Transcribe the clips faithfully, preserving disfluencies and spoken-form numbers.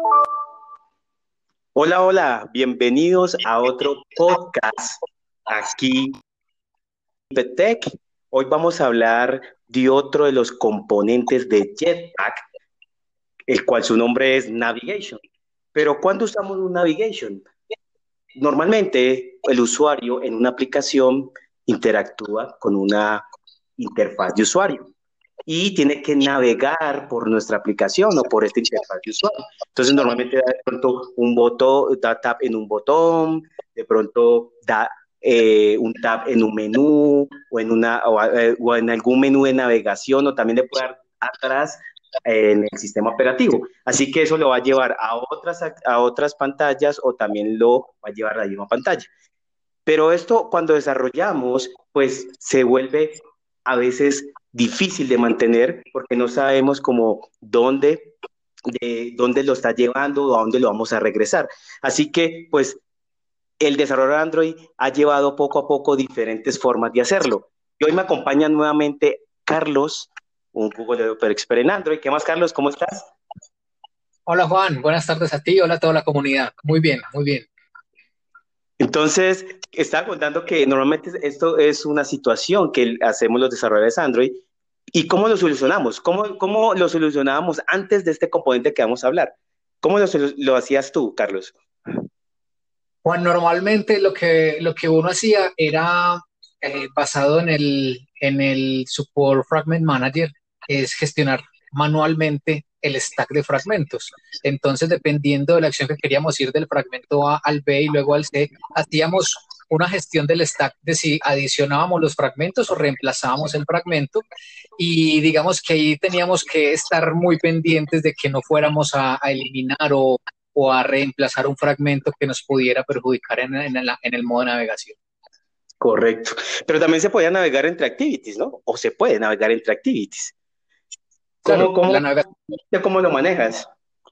Hola, hola, bienvenidos a otro podcast aquí en Petec. Hoy vamos a hablar de otro de los componentes de Jetpack, el cual su nombre es Navigation. Pero ¿cuándo usamos un Navigation? Normalmente el usuario en una aplicación interactúa con una interfaz de usuario y tiene que navegar por nuestra aplicación o por esta interfaz de usuario. Entonces, normalmente da de pronto un botón, da tap en un botón, de pronto da eh, un tap en un menú o en, una, o, eh, o en algún menú de navegación o también le puede dar atrás eh, en el sistema operativo. Así que eso lo va a llevar a otras, a otras pantallas o también lo va a llevar a la misma pantalla. Pero esto cuando desarrollamos, pues se vuelve a veces difícil de mantener porque no sabemos cómo dónde, de dónde lo está llevando o a dónde lo vamos a regresar. Así que, pues, el desarrollo de Android ha llevado poco a poco diferentes formas de hacerlo. Y hoy me acompaña nuevamente Carlos, un Google Developer Expert en Android. ¿Qué más, Carlos? ¿Cómo estás? Hola Juan, buenas tardes a ti, hola a toda la comunidad. Muy bien, muy bien. Entonces, estaba contando que normalmente esto es una situación que hacemos los desarrolladores de Android. ¿Y cómo lo solucionamos? ¿Cómo, cómo lo solucionábamos antes de este componente que vamos a hablar? ¿Cómo lo, lo hacías tú, Carlos? Juan, normalmente lo que, lo que uno hacía era eh, basado en el, en el Support Fragment Manager, es gestionar manualmente el stack de fragmentos. Entonces, dependiendo de la acción que queríamos ir del fragmento A al B y luego al C, hacíamos una gestión del stack de si adicionábamos los fragmentos o reemplazábamos el fragmento y digamos que ahí teníamos que estar muy pendientes de que no fuéramos a, a eliminar o o a reemplazar un fragmento que nos pudiera perjudicar en, en, la, en el modo de navegación. Correcto. Pero también se podía navegar entre activities, ¿no? O se puede navegar entre activities. Claro, ¿Cómo, cómo, la, navega cómo lo manejas?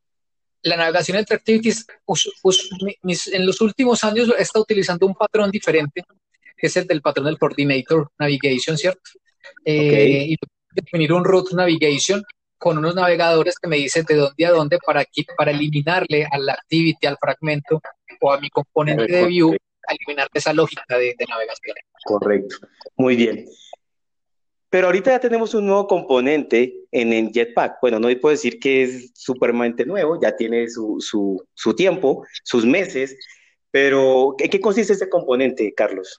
la navegación entre activities, us, us, mis, en los últimos años he estado utilizando un patrón diferente, que es el del patrón del Coordinator Navigation, ¿cierto? Ok, Eh, y definir un route navigation con unos navegadores que me dicen de dónde a dónde para, para eliminarle a la activity, al fragmento o a mi componente de view, eliminar esa lógica de, de navegación. correcto. Muy bien. Pero ahorita ya tenemos un nuevo componente en el Jetpack. Bueno, no puedo decir que es supremamente nuevo, ya tiene su, su, su tiempo, sus meses, pero ¿en qué consiste este componente, Carlos?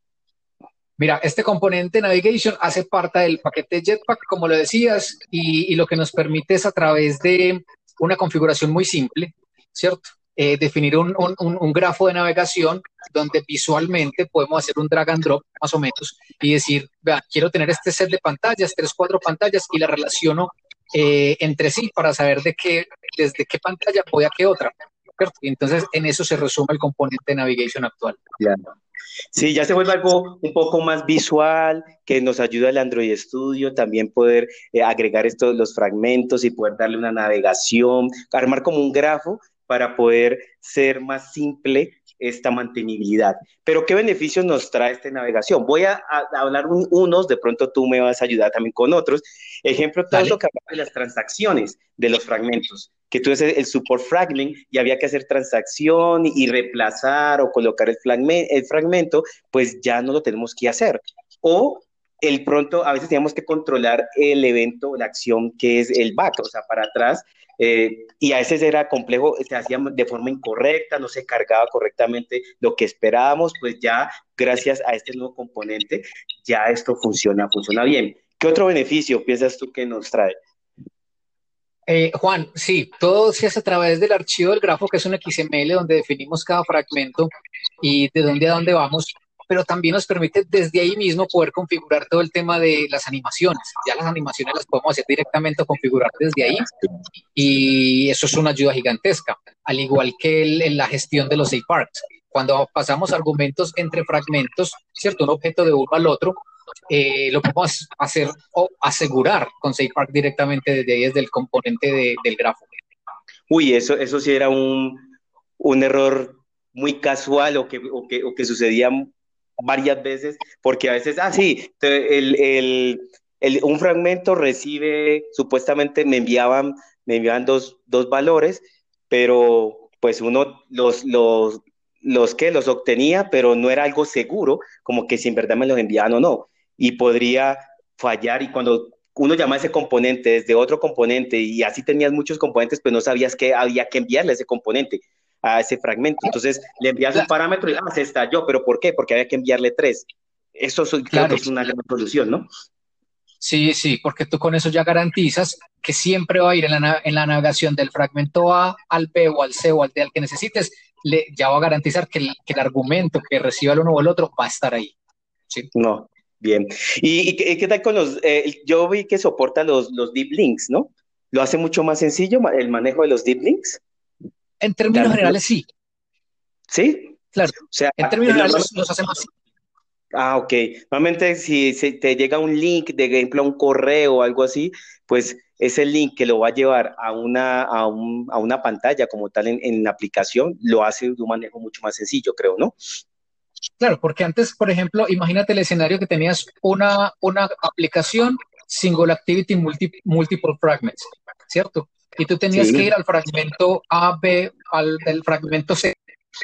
Mira, este componente Navigation hace parte del paquete Jetpack, como lo decías, y, y lo que nos permite es a través de una configuración muy simple, ¿cierto? Eh, definir un, un, un, grafo de navegación donde visualmente podemos hacer un drag and drop, más o menos, y decir, vea, quiero tener este set de pantallas, tres, cuatro pantallas, y la relaciono eh, entre sí para saber de qué, desde qué pantalla voy a qué otra, ¿cierto? Y entonces en eso se resume el componente Navigation actual. Ya. Sí, ya se vuelve algo un poco más visual, que nos ayuda el Android Studio, también poder eh, agregar estos los fragmentos y poder darle una navegación, armar como un grafo para poder ser más simple esta mantenibilidad. Pero ¿qué beneficios nos trae esta navegación? Voy a, a hablar un, unos, de pronto tú me vas a ayudar también con otros. Ejemplo, todo Dale. esto que habla de las transacciones de los fragmentos, que tú haces el support fragment y había que hacer transacción y reemplazar o colocar el, fragment, el fragmento, pues ya no lo tenemos que hacer. O el pronto, a veces teníamos que controlar el evento, la acción que es el back, o sea, para atrás, eh, y a veces era complejo, se hacía de forma incorrecta, no se cargaba correctamente lo que esperábamos, pues ya gracias a este nuevo componente, ya esto funciona, funciona bien. ¿Qué otro beneficio piensas tú que nos trae? Eh, Juan, sí, todo se hace a través del archivo del grafo, que es un X M L donde definimos cada fragmento y de dónde a dónde vamos, pero también nos permite desde ahí mismo poder configurar todo el tema de las animaciones. Ya las animaciones las podemos hacer directamente o configurar desde ahí y eso es una ayuda gigantesca, al igual que el, en la gestión de los A parts. Cuando pasamos argumentos entre fragmentos, ¿cierto? Un objeto de uno al otro, eh, lo podemos hacer o asegurar con SafePark directamente desde ahí, desde el componente de, del grafo. Uy, eso, eso sí era un, un error muy casual o que, o que, o que sucedía varias veces, porque a veces, ah, sí, el, el, el, un fragmento recibe, supuestamente me enviaban, me enviaban dos, dos valores, pero pues uno los, los, los que los obtenía, pero no era algo seguro, como que si en verdad me los enviaban o no, y podría fallar, y cuando uno llama a ese componente desde otro componente y así tenías muchos componentes, pues no sabías que había que enviarle a ese componente, a ese fragmento. Entonces le envías un Cla- parámetro y ah, se estalló, pero ¿por qué? Porque había que enviarle tres. Eso so- creo que Claro, es una gran solución, ¿no? sí, sí, porque tú con eso ya garantizas que siempre va a ir en la, na- en la navegación del fragmento A al B o al C o al D al que necesites, le, ya va a garantizar que el, que el argumento que reciba el uno o el otro va a estar ahí. ¿Sí? No, bien. ¿Y, y qué, qué tal con los, eh, yo vi que soporta los, los deep links, ¿no? ¿Lo hace mucho más sencillo ma- el manejo de los deep links? En términos También, lo- generales, sí, ¿sí? claro. O sea, En eh, términos normal- generales los hace más. ah, ok. Normalmente si se te llega un link, de ejemplo, a un correo o algo así, pues ese link que lo va a llevar a una, a un- a una pantalla como tal en, en la aplicación, lo hace de un manejo mucho más sencillo, creo, ¿no? Claro, porque antes, por ejemplo, imagínate el escenario que tenías una, una aplicación single activity multi- multiple fragments, ¿cierto? Y tú tenías que ir Sí. al fragmento A, B, al del fragmento C,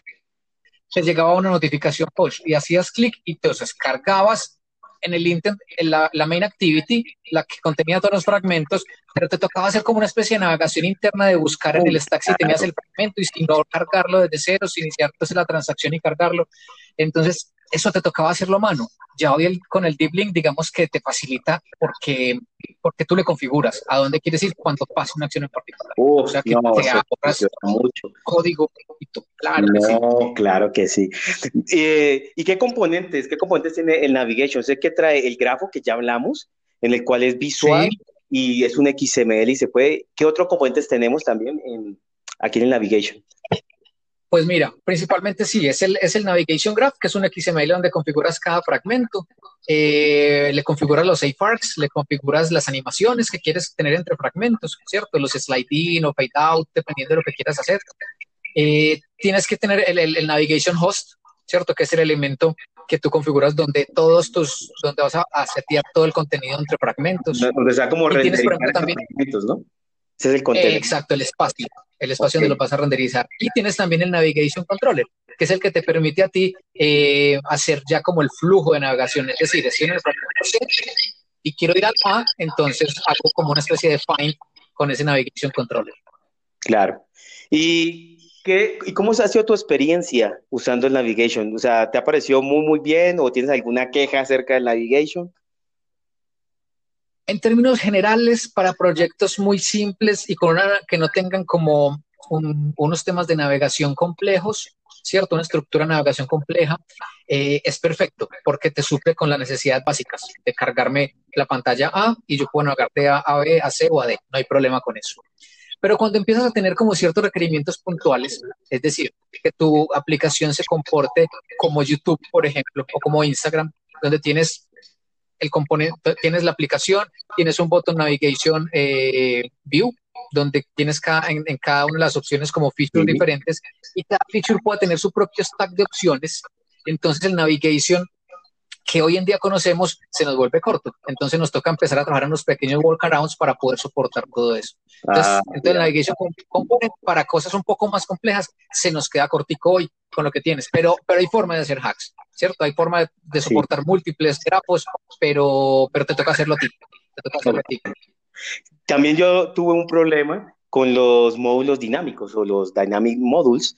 te llegaba una notificación push y hacías clic y entonces cargabas en el intent, en la, la main activity, la que contenía todos los fragmentos, pero te tocaba hacer como una especie de navegación interna de buscar en el Uy, stack si tenías claro, el fragmento y sin no cargarlo desde cero, sin iniciar entonces la transacción y cargarlo. Entonces, eso te tocaba hacerlo a mano. Ya hoy el, con el Deep Link, digamos que te facilita porque, porque tú le configuras a dónde quieres ir cuando pase una acción en particular. O uf, sea que no, te eso ahorras funciona mucho. código. Claro que sí. No, claro que sí. Eh, ¿y qué componentes? ¿Qué componentes tiene el Navigation? Sé que trae el grafo que ya hablamos, en el cual es visual Sí, y es un X M L y se puede. ¿Qué otros componentes tenemos también en, aquí en el Navigation? pues mira, principalmente sí, es el, es el Navigation Graph, que es un X M L donde configuras cada fragmento, eh, le configuras los safe-arcs, le configuras las animaciones que quieres tener entre fragmentos, ¿cierto? Los slide in o fade out, dependiendo de lo que quieras hacer. Eh, tienes que tener el, el, el Navigation Host, ¿cierto? Que es el elemento que tú configuras donde todos tus, donde vas a, a setear todo el contenido entre fragmentos. Donde está como Y tienes, por ejemplo, renderizar esos también fragmentos, ¿no? Ese es el Eh, contenedor. exacto, el espacio, el espacio Ok, donde lo vas a renderizar. Y tienes también el Navigation Controller, que es el que te permite a ti eh, hacer ya como el flujo de navegación. Es decir, estoy en el fragmento C y quiero ir al A, entonces hago como una especie de find con ese Navigation Controller. claro. ¿Y, qué, ¿Y cómo ha sido tu experiencia usando el Navigation? O sea, ¿te ha parecido muy, muy bien o tienes alguna queja acerca del Navigation? En términos generales, para proyectos muy simples y con una, que no tengan como un, unos temas de navegación complejos, ¿cierto? Una estructura de navegación compleja, eh, es perfecto porque te suple con las necesidades básicas de cargarme la pantalla A y yo puedo navegar de A a B, a C o a D. No hay problema con eso. Pero cuando empiezas a tener como ciertos requerimientos puntuales, es decir, que tu aplicación se comporte como YouTube, por ejemplo, o como Instagram, donde tienes el componente, tienes la aplicación, tienes un botón navigation eh, view, donde tienes cada, en, en, cada una de las opciones como features Sí. diferentes y cada feature puede tener su propio stack de opciones. Entonces el navigation que hoy en día conocemos se nos vuelve corto. Entonces nos toca empezar a trabajar en unos pequeños workarounds para poder soportar todo eso. Ah, Entonces, entonces el ya. navigation component para cosas un poco más complejas se nos queda cortico hoy con lo que tienes, pero, pero hay forma de hacer hacks, ¿cierto? Hay forma de, de Sí. soportar múltiples grafos, pero, pero te toca hacerlo a ti. Te toca hacerlo a ti. También yo tuve un problema con los módulos dinámicos o los dynamic modules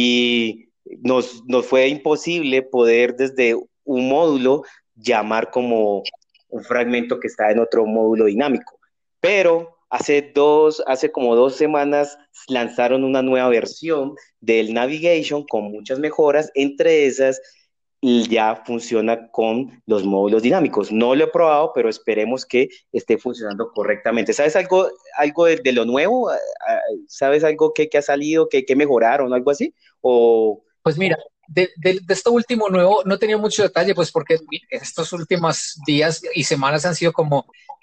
y nos, nos fue imposible poder desde un módulo llamar como un fragmento que está en otro módulo dinámico. Pero hace dos, hace como dos semanas lanzaron una nueva versión del Navigation con muchas mejoras, entre esas y ya funciona con los módulos dinámicos. No lo he probado, pero esperemos que esté funcionando correctamente. ¿Sabes algo, algo de, de lo nuevo? ¿Sabes algo que, que ha salido, que, que mejoraron o algo así? ¿O Pues mira, de, de, de, esto último nuevo no tenía mucho detalle, pues porque estos últimos días y semanas han sido como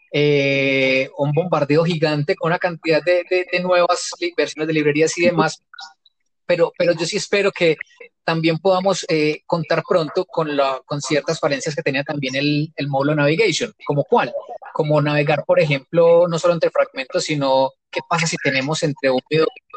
eh, un bombardeo gigante con una cantidad de, de, de nuevas versiones de librerías y demás, pero, pero yo sí espero que también podamos eh, contar pronto con, la, con ciertas falencias que tenía también el, el módulo Navigation, como cuál, como navegar, por ejemplo, no solo entre fragmentos, sino qué pasa si tenemos entre un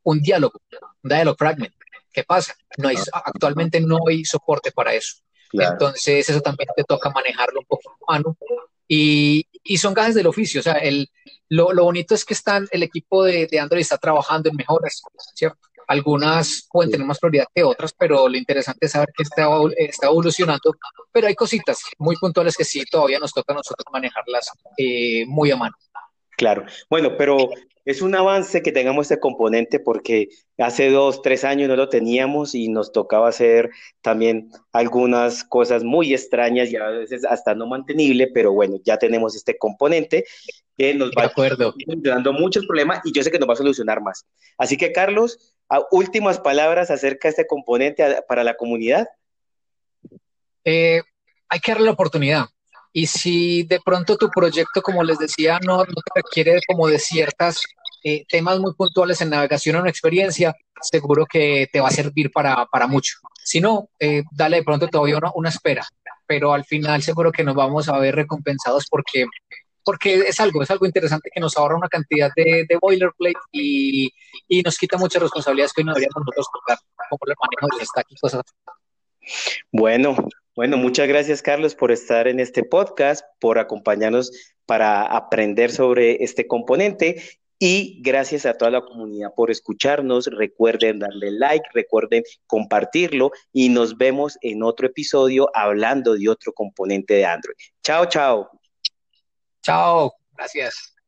un diálogo, un dialog fragment. ¿Qué pasa? No hay, actualmente no hay soporte para eso. Claro. Entonces, eso también te toca manejarlo un poco a mano. Y, y son gajes del oficio. O sea, el, lo, lo bonito es que están, el equipo de, de Android está trabajando en mejoras, ¿cierto? Algunas pueden Sí. tener más prioridad que otras, pero lo interesante es saber que está, está evolucionando. Pero hay cositas muy puntuales que sí todavía nos toca a nosotros manejarlas eh, muy a mano. Claro. Bueno, pero es un avance que tengamos este componente porque hace dos, tres años no lo teníamos y nos tocaba hacer también algunas cosas muy extrañas y a veces hasta no mantenible, pero bueno, ya tenemos este componente que nos va De acuerdo. dando muchos problemas y yo sé que nos va a solucionar más. Así que, Carlos, a- últimas palabras acerca de este componente a- para la comunidad. Eh, Hay que darle la oportunidad. Y si de pronto tu proyecto, como les decía, no, no te requiere como de ciertas eh, temas muy puntuales en navegación o en experiencia, seguro que te va a servir para, para mucho. Si no, eh, dale de pronto todavía una, una espera, pero al final seguro que nos vamos a ver recompensados porque, porque es algo, es algo interesante que nos ahorra una cantidad de, de boilerplate y, y nos quita muchas responsabilidades que hoy no deberíamos nosotros tocar, como el manejo de los stacks y cosas así. Bueno, bueno, muchas gracias, Carlos, por estar en este podcast, por acompañarnos para aprender sobre este componente y gracias a toda la comunidad por escucharnos. Recuerden darle like, recuerden compartirlo y nos vemos en otro episodio hablando de otro componente de Android. Chao, chao. Chao, gracias.